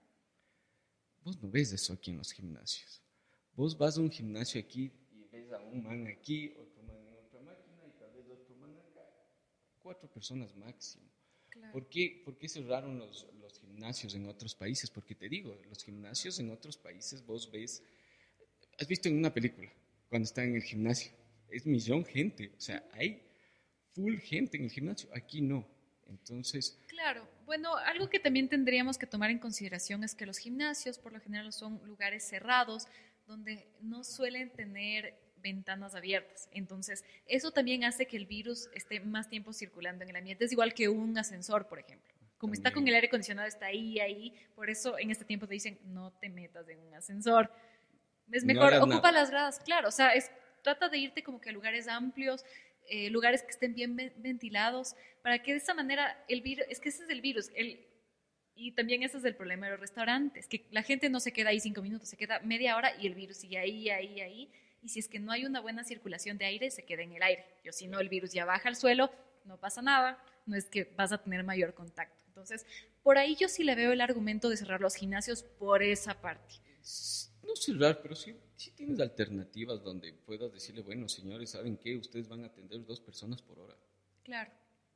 Vos no ves eso aquí en los gimnasios. Vos vas a un gimnasio aquí y ves a un man aquí, otro man en otra máquina y tal vez otro man acá. Cuatro personas máximo. Claro. ¿Por qué, por qué cerraron los, los gimnasios en otros países? Porque te digo, los gimnasios en otros países vos ves, has visto en una película, cuando están en el gimnasio, es millón gente, o sea, hay full gente en el gimnasio, aquí no. Entonces, Claro, bueno, algo que también tendríamos que tomar en consideración es que los gimnasios por lo general son lugares cerrados donde no suelen tener ventanas abiertas. Entonces, eso también hace que el virus esté más tiempo circulando en el ambiente. Es igual que un ascensor, por ejemplo. Como está con el aire acondicionado, está ahí, ahí. Por eso en este tiempo te dicen, no te metas en un ascensor. Es no mejor, hagas ocupa nada. las gradas, claro. O sea, es, trata de irte como que a lugares amplios, eh, lugares que estén bien ve- ventilados, para que de esa manera el virus, es que ese es el virus, el, y también ese es el problema de los restaurantes, que la gente no se queda ahí cinco minutos, se queda media hora y el virus sigue ahí, ahí, ahí, y si es que no hay una buena circulación de aire, se queda en el aire, o si no, el virus ya baja al suelo, no pasa nada, no es que vas a tener mayor contacto. Entonces, por ahí yo sí le veo el argumento de cerrar los gimnasios por esa parte. No cerrar, pero sí, sí tienes alternativas donde puedas decirle, bueno, señores, ¿saben qué? Ustedes van a atender dos personas por hora. Claro.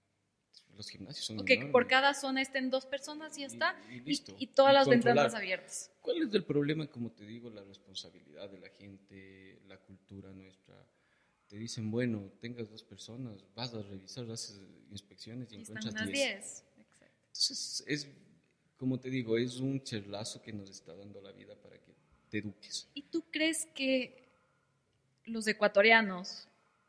Los gimnasios son O que enormes. por cada zona estén dos personas y ya Y- está, y y, listo. y todas Y las controlar. ventanas abiertas. ¿Cuál es el problema? Como te digo, la responsabilidad de la gente, la cultura nuestra. Te dicen, bueno, tengas dos personas, vas a revisar, haces inspecciones y, Y están encuentras unas diez. diez. Exacto. Entonces, es, como te digo, es un cherlazo que nos está dando la vida para que te eduques. ¿Y tú crees que los ecuatorianos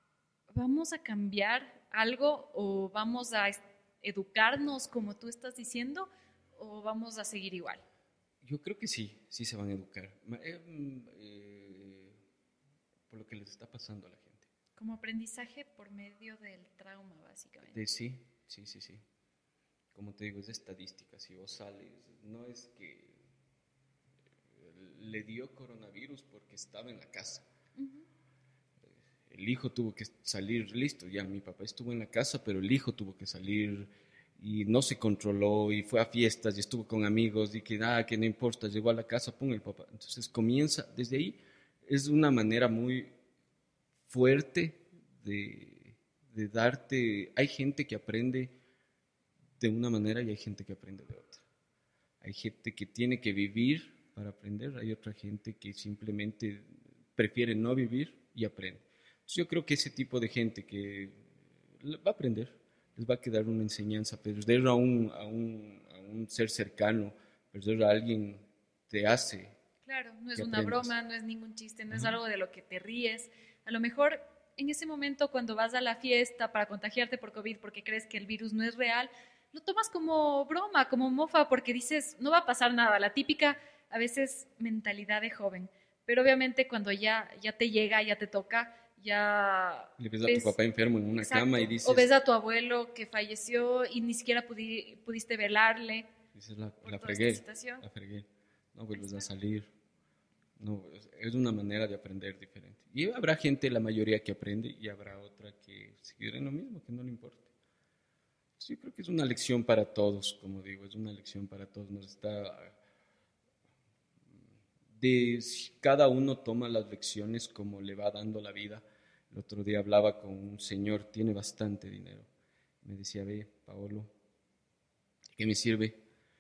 vamos a cambiar algo o vamos a es- educarnos como tú estás diciendo o vamos a seguir igual? Yo creo que sí, sí se van a educar. Ma- eh, mm, eh, por lo que les está pasando a la gente. Como aprendizaje por medio del trauma, básicamente. De, sí, sí, sí, sí. Como te digo, es de estadística. Si vos sales, no es que eh, le dio coronavirus porque estaba en la casa. Ujú. El hijo tuvo que salir, listo, ya mi papá estuvo en la casa, pero el hijo tuvo que salir y no se controló y fue a fiestas y estuvo con amigos y que nada, que no importa, llegó a la casa, pum, el papá. Entonces comienza, desde ahí es una manera muy fuerte de, de darte, hay gente que aprende de una manera y hay gente que aprende de otra. Hay gente que tiene que vivir para aprender, hay otra gente que simplemente prefiere no vivir y aprende. Entonces yo creo que ese tipo de gente que va a aprender, les va a quedar una enseñanza, perder a un, a un, a un ser cercano, perder a alguien te hace. Claro, no es que una aprendas. broma, no es ningún chiste, no es Ajá. algo de lo que te ríes. A lo mejor en ese momento cuando vas a la fiesta para contagiarte por COVID porque crees que el virus no es real, lo tomas como broma, como mofa, porque dices, no va a pasar nada, la típica a veces mentalidad de joven. Pero obviamente cuando ya, ya te llega, ya te toca, ya Le ves a ves, tu papá enfermo en una exacto, cama y dices, o ves a tu abuelo que falleció y ni siquiera pudi- pudiste velarle dices la, por la toda esta fregué, situación. la fregué, no vuelves a Exacto. salir. No, es una manera de aprender diferente. Y habrá gente, la mayoría, que aprende y habrá otra que sigue en lo mismo, que no le importa. Sí, creo que es una lección para todos, como digo, es una lección para todos. Nos está de si cada uno toma las lecciones como le va dando la vida. El otro día hablaba con un señor, tiene bastante dinero. Me decía, ve, Paolo, ¿qué me sirve?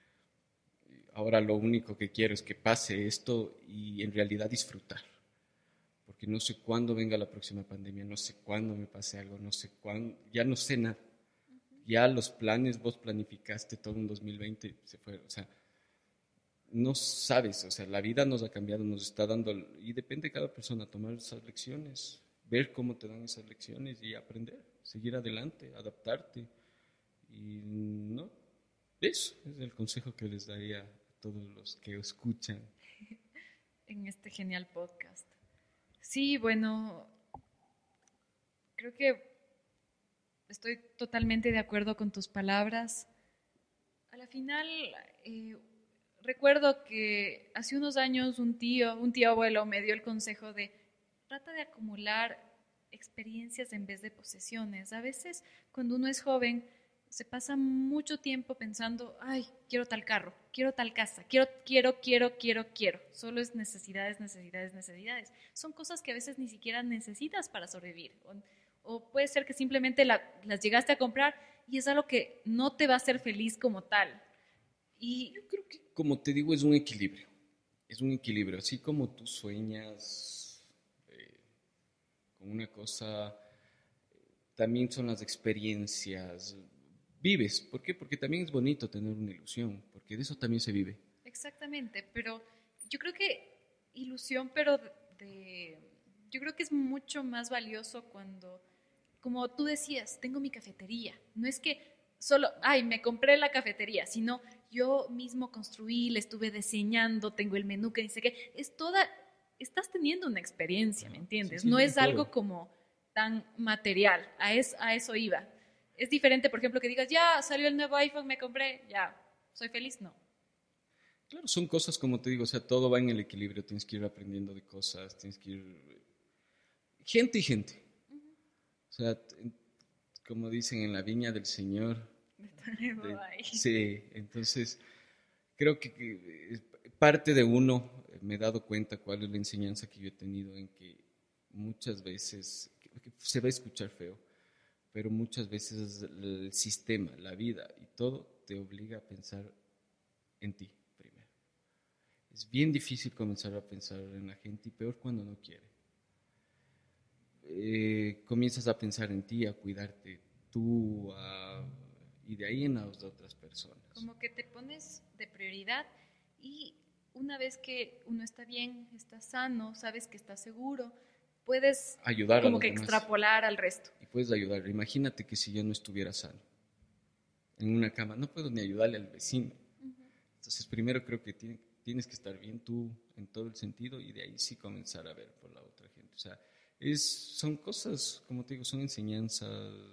Ahora lo único que quiero es que pase esto y en realidad disfrutar. Porque no sé cuándo venga la próxima pandemia, no sé cuándo me pase algo, no sé cuándo, ya no sé nada. Ya los planes, vos planificaste todo en dos mil veinte, se fue, o sea, no sabes, o sea, la vida nos ha cambiado, nos está dando, y depende de cada persona tomar esas lecciones, ver cómo te dan esas lecciones y aprender, seguir adelante, adaptarte. Y no, eso es el consejo que les daría a todos los que escuchan en este genial podcast. Sí, bueno, creo que estoy totalmente de acuerdo con tus palabras. A la final, eh, recuerdo que hace unos años un tío, un tío abuelo me dio el consejo de trata de acumular experiencias en vez de posesiones. A veces cuando uno es joven se pasa mucho tiempo pensando, ay, quiero tal carro, quiero tal casa, quiero, quiero, quiero, quiero, quiero. Solo es necesidades, necesidades, necesidades. Son cosas que a veces ni siquiera necesitas para sobrevivir. O, o puede ser que simplemente la, las llegaste a comprar y es algo que no te va a hacer feliz como tal. Y yo creo que, como te digo, es un equilibrio. Es un equilibrio. Así como tú sueñas eh, con una cosa, también son las experiencias. Vives. ¿Por qué? Porque también es bonito tener una ilusión, porque de eso también se vive. Exactamente, pero yo creo que ilusión, pero de, de, yo creo que es mucho más valioso cuando, como tú decías, tengo mi cafetería. No es que solo, ay, me compré la cafetería, sino yo mismo construí, le estuve diseñando, tengo el menú que dice que es toda, estás teniendo una experiencia, ¿me entiendes? Sí, sí, No sí, es todo. algo como tan material, a, es, a eso iba. Es diferente, por ejemplo, que digas, ya salió el nuevo iPhone, me compré, ya, soy feliz, no. Claro, son cosas como te digo, o sea, todo va en el equilibrio, tienes que ir aprendiendo de cosas, tienes que ir... Gente y gente. O sea, t- como dicen en la viña del Señor. de- sí, entonces creo que, que es parte de uno, eh, me he dado cuenta cuál es la enseñanza que yo he tenido en que muchas veces, que- que se va a escuchar feo, pero muchas veces el sistema, la vida y todo te obliga a pensar en ti primero. Es bien difícil comenzar a pensar en la gente y peor cuando no quiere. Eh, comienzas a pensar en ti, a cuidarte tú, a- y de ahí en las otras personas. Como que te pones de prioridad y una vez que uno está bien, está sano, sabes que está seguro, puedes Ayudar a como los que demás. extrapolar al resto. Y puedes ayudar. Imagínate que si yo no estuviera sano, en una cama, no puedo ni ayudarle al vecino. Entonces, primero creo que tiene, tienes que estar bien tú en todo el sentido y de ahí sí comenzar a ver por la otra gente. O sea, es, son cosas, como te digo, son enseñanzas,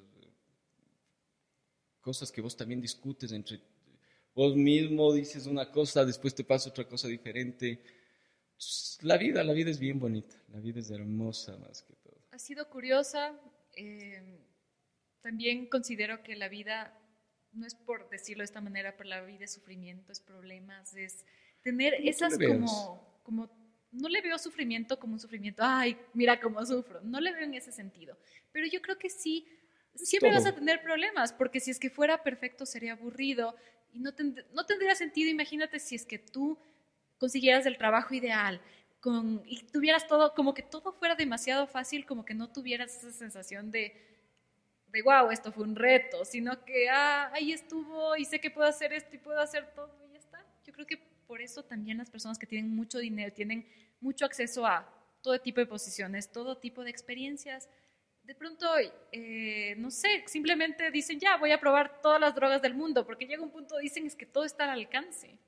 cosas que vos también discutes entre vos mismo, dices una cosa, después te pasa otra cosa diferente. Entonces, la vida, la vida es bien bonita, la vida es hermosa más que todo. Ha sido curiosa. eh, también considero que la vida, no es por decirlo de esta manera, pero la vida es sufrimiento, es problemas, es tener Como tú le esas veas. como, como, no le veo sufrimiento como un sufrimiento, ay, mira cómo sufro, no le veo en ese sentido, pero yo creo que sí, Es siempre vas a todo. tener problemas, porque si es que fuera perfecto sería aburrido y no, tend no tendría sentido. Imagínate si es que tú consiguieras el trabajo ideal, con, y tuvieras todo, como que todo fuera demasiado fácil, como que no tuvieras esa sensación de, de wow, esto fue un reto, sino que ah, ahí estuvo y sé que puedo hacer esto y puedo hacer todo y ya está. Yo creo que por eso también las personas que tienen mucho dinero, tienen mucho acceso a todo tipo de posiciones, todo tipo de experiencias, de pronto, eh, no sé, simplemente dicen, ya, voy a probar todas las drogas del mundo, porque llega un punto, dicen, es que todo está al alcance.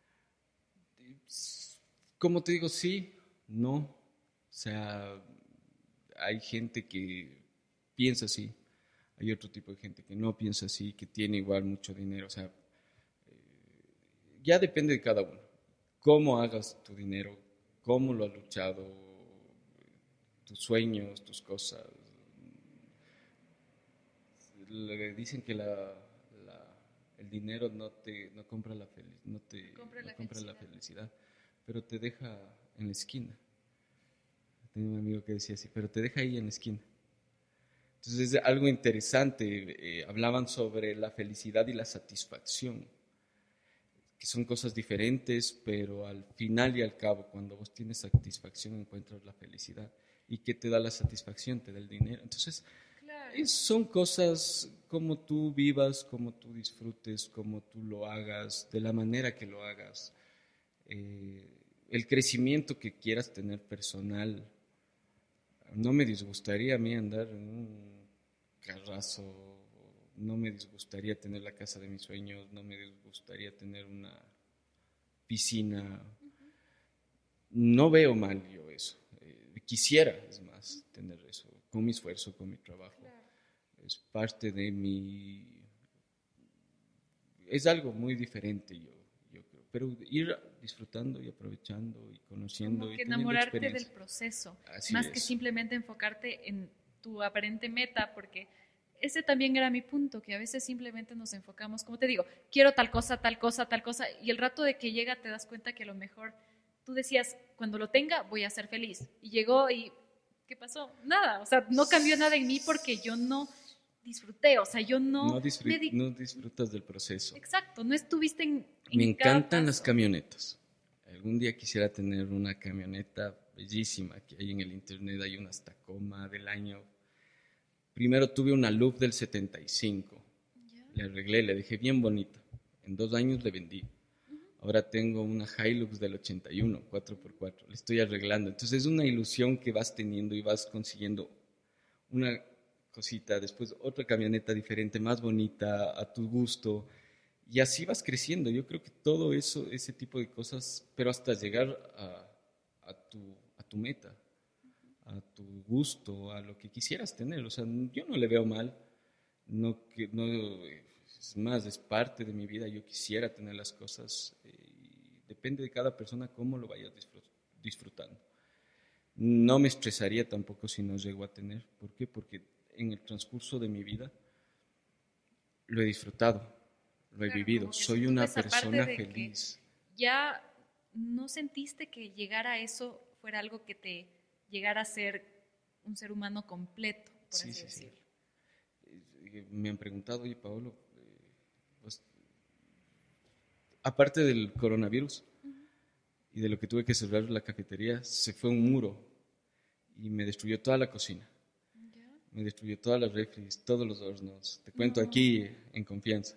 Como te digo, sí, no. O sea, hay gente que piensa así, hay otro tipo de gente que no piensa así, que tiene igual mucho dinero. O sea, ya depende de cada uno. Cómo hagas tu dinero, cómo lo has luchado, tus sueños, tus cosas. Le dicen que la, la- el dinero no te no compra la feliz, no te Compra no la compra la felicidad. felicidad, pero te deja en la esquina. Tenía un amigo que decía así, pero te deja ahí en la esquina. Entonces es algo interesante. Eh, hablaban sobre la felicidad y la satisfacción, que son cosas diferentes, pero al final y al cabo, cuando vos tienes satisfacción, encuentras la felicidad. ¿Y qué te da la satisfacción? Te da el dinero. Entonces, Claro. es- son cosas como tú vivas, como tú disfrutes, como tú lo hagas, de la manera que lo hagas. Eh, el crecimiento que quieras tener personal. No me disgustaría a mí andar en un carrazo, no me disgustaría tener la casa de mis sueños, no me disgustaría tener una piscina. No veo mal yo eso. Eh, quisiera, es más, tener eso, con mi esfuerzo, con mi trabajo. Claro. Es parte de mi... Es algo muy diferente, yo, yo creo. Pero ir disfrutando y aprovechando y conociendo Como y que teniendo enamorarte del experiencia. proceso, Así más que es. simplemente enfocarte en tu aparente meta, porque ese también era mi punto, que a veces simplemente nos enfocamos, como te digo, quiero tal cosa, tal cosa, tal cosa, y el rato de que llega te das cuenta que a lo mejor tú decías, cuando lo tenga voy a ser feliz, y llegó y ¿qué pasó? Nada, o sea, no cambió nada en mí porque yo no disfruté, o sea, yo no No, me disfr- di... no disfrutas del proceso. Exacto, no estuviste en, Me en cada encantan las paso. camionetas. Algún día quisiera tener una camioneta bellísima que hay en el internet. Hay unas Tacoma del año. Primero tuve una Loop del setenta y cinco. Ya. Le arreglé, le dejé bien bonita. En dos años le vendí. Ahora tengo una Hilux del ochenta y uno, cuatro por cuatro. Le estoy arreglando. Entonces es una ilusión que vas teniendo y vas consiguiendo una cosita, después otra camioneta diferente, más bonita, a tu gusto. Y así vas creciendo. Yo creo que todo eso, ese tipo de cosas, pero hasta llegar a, a tu, a tu meta, a tu gusto, a lo que quisieras tener. O sea, yo no le veo mal. No, que, no, es más, es parte de mi vida. Yo quisiera tener las cosas. Eh, y depende de cada persona cómo lo vayas disfrutando. No me estresaría tampoco si no llego a tener. ¿Por qué? Porque en el transcurso de mi vida lo he disfrutado, lo he Claro, vivido. como que si Soy tuvo una esa parte persona de que feliz. ya no sentiste que llegar a eso fuera algo que te llegara a ser un ser humano completo, por Sí, así sí, sí. decirlo. Eh, Me han preguntado, oye, Paolo, eh, pues, aparte del coronavirus y de lo que tuve que cerrar la cafetería, se fue un muro y me destruyó toda la cocina. ¿Ya? Me destruyó todas las refris, todos los hornos. Te cuento No. aquí en confianza.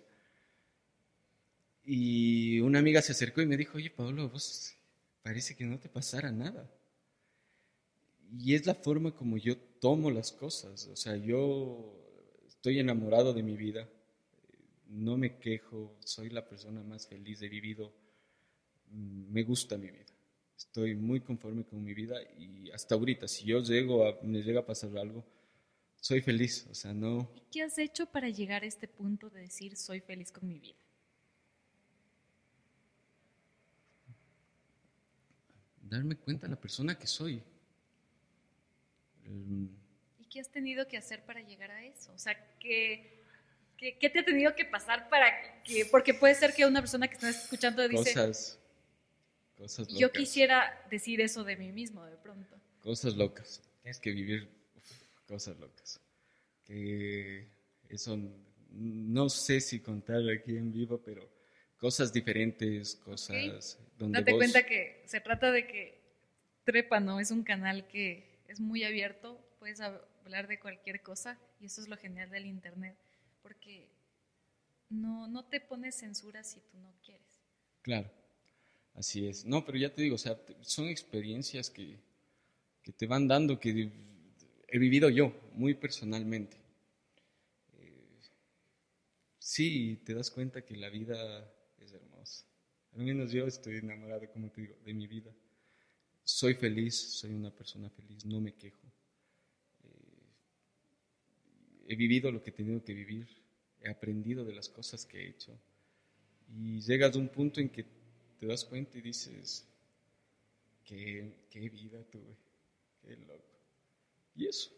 Y una amiga se acercó y me dijo, oye, Paolo, vos parece que no te pasara nada. Y es la forma como yo tomo las cosas. O sea, yo estoy enamorado de mi vida, no me quejo, soy la persona más feliz, he vivido, mm, me gusta mi vida. Estoy muy conforme con mi vida y hasta ahorita, si yo llego a, me llega a pasar algo, soy feliz. O sea, no ¿Y qué has hecho para llegar a este punto de decir soy feliz con mi vida? darme cuenta de la persona que soy. Mm, ¿Y qué has tenido que hacer para llegar a eso? O sea, ¿qué, qué, qué te ha tenido que pasar para que, porque puede ser que una persona que está escuchando dice, Cosas, cosas yo locas, quisiera decir eso de mí mismo de pronto? cosas locas. Tienes que vivir uf, cosas locas. Que eso no sé si contar aquí en vivo, pero cosas diferentes, Ok. cosas donde Date vos, cuenta que se trata de que Trepa, ¿no? Es un canal que es muy abierto, puedes hablar de cualquier cosa y eso es lo genial del internet, porque no, no te pones censura si tú no quieres. claro, así es. No, pero ya te digo, o sea, te- son experiencias que, que te van dando, que he vivido yo muy personalmente. Sí, te das cuenta que la vida es hermosa. Al menos yo estoy enamorado, como te digo, de mi vida. Soy feliz, soy una persona feliz, no me quejo. He vivido lo que he tenido que vivir, he aprendido de las cosas que he hecho. Y llegas a un punto en que te das cuenta y dices, qué, qué vida tuve, qué loco. Y eso,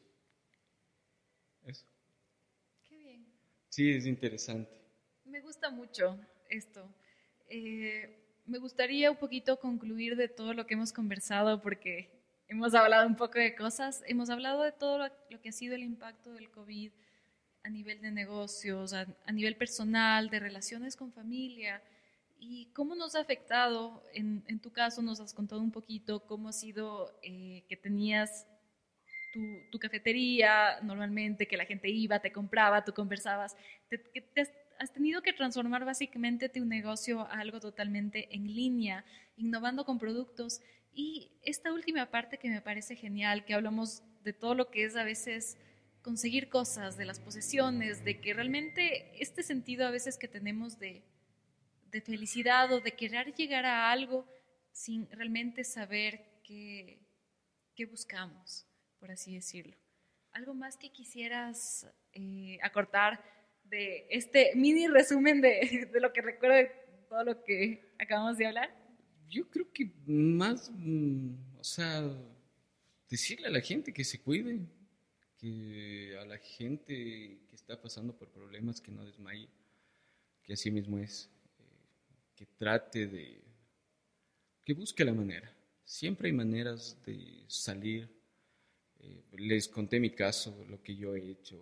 eso. Qué bien. Sí, es interesante. Me gusta mucho esto. Eh, me gustaría un poquito concluir de todo lo que hemos conversado porque hemos hablado un poco de cosas. Hemos hablado de todo lo, lo que ha sido el impacto del COVID a nivel de negocios, a, a nivel personal, de relaciones con familia y cómo nos ha afectado. En, en tu caso nos has contado un poquito cómo ha sido eh, que tenías tu, tu cafetería normalmente, que la gente iba, te compraba, tú conversabas, te, que te has, has tenido que transformar básicamente tu negocio a algo totalmente en línea, innovando con productos. Y esta última parte que me parece genial, que hablamos de todo lo que es a veces conseguir cosas, de las posesiones, de que realmente este sentido a veces que tenemos de, de felicidad o de querer llegar a algo sin realmente saber qué, qué buscamos, por así decirlo. ¿Algo más que quisieras eh, acortar de este mini resumen de, de lo que recuerdo de todo lo que acabamos de hablar? Yo creo que más, mm, o sea, decirle a la gente que se cuide, que a la gente que está pasando por problemas que no desmaye, que así mismo es, eh, que trate de, que busque la manera. Siempre hay maneras de salir. Eh, les conté mi caso, lo que yo he hecho.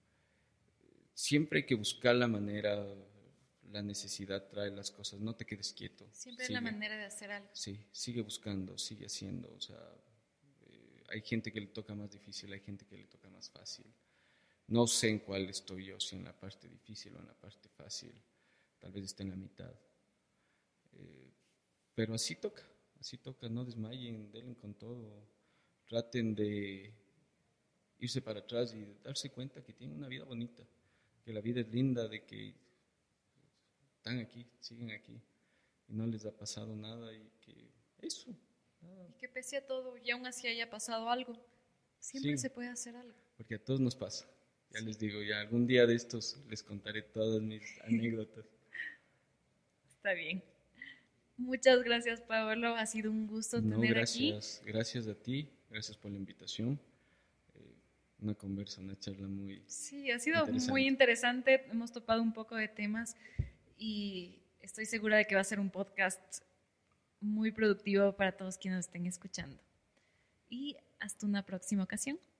Siempre hay que buscar la manera, la necesidad trae las cosas, no te quedes quieto. Siempre sigue, es la manera de hacer algo. Sí, sigue buscando, sigue haciendo, o sea, eh, hay gente que le toca más difícil, hay gente que le toca más fácil. No sé en cuál estoy yo, si en la parte difícil o en la parte fácil, tal vez esté en la mitad. Eh, pero así toca, así toca, no desmayen, denle con todo, traten de irse para atrás y darse cuenta que tienen una vida bonita, que la vida es linda, de que están aquí, siguen aquí y no les ha pasado nada y que eso, nada. Y que pese a todo y aún así haya pasado algo, siempre Sí, se puede hacer algo. porque a todos nos pasa. Ya Sí. les digo, ya algún día de estos les contaré todas mis anécdotas. Está bien. Muchas gracias, Pablo. Ha sido un gusto No, tener aquí. gracias, gracias a ti, gracias por la invitación. Eh, una conversa, una charla muy Sí, ha sido muy interesante. interesante. Hemos topado un poco de temas y estoy segura de que va a ser un podcast muy productivo para todos quienes nos estén escuchando. Y hasta una próxima ocasión.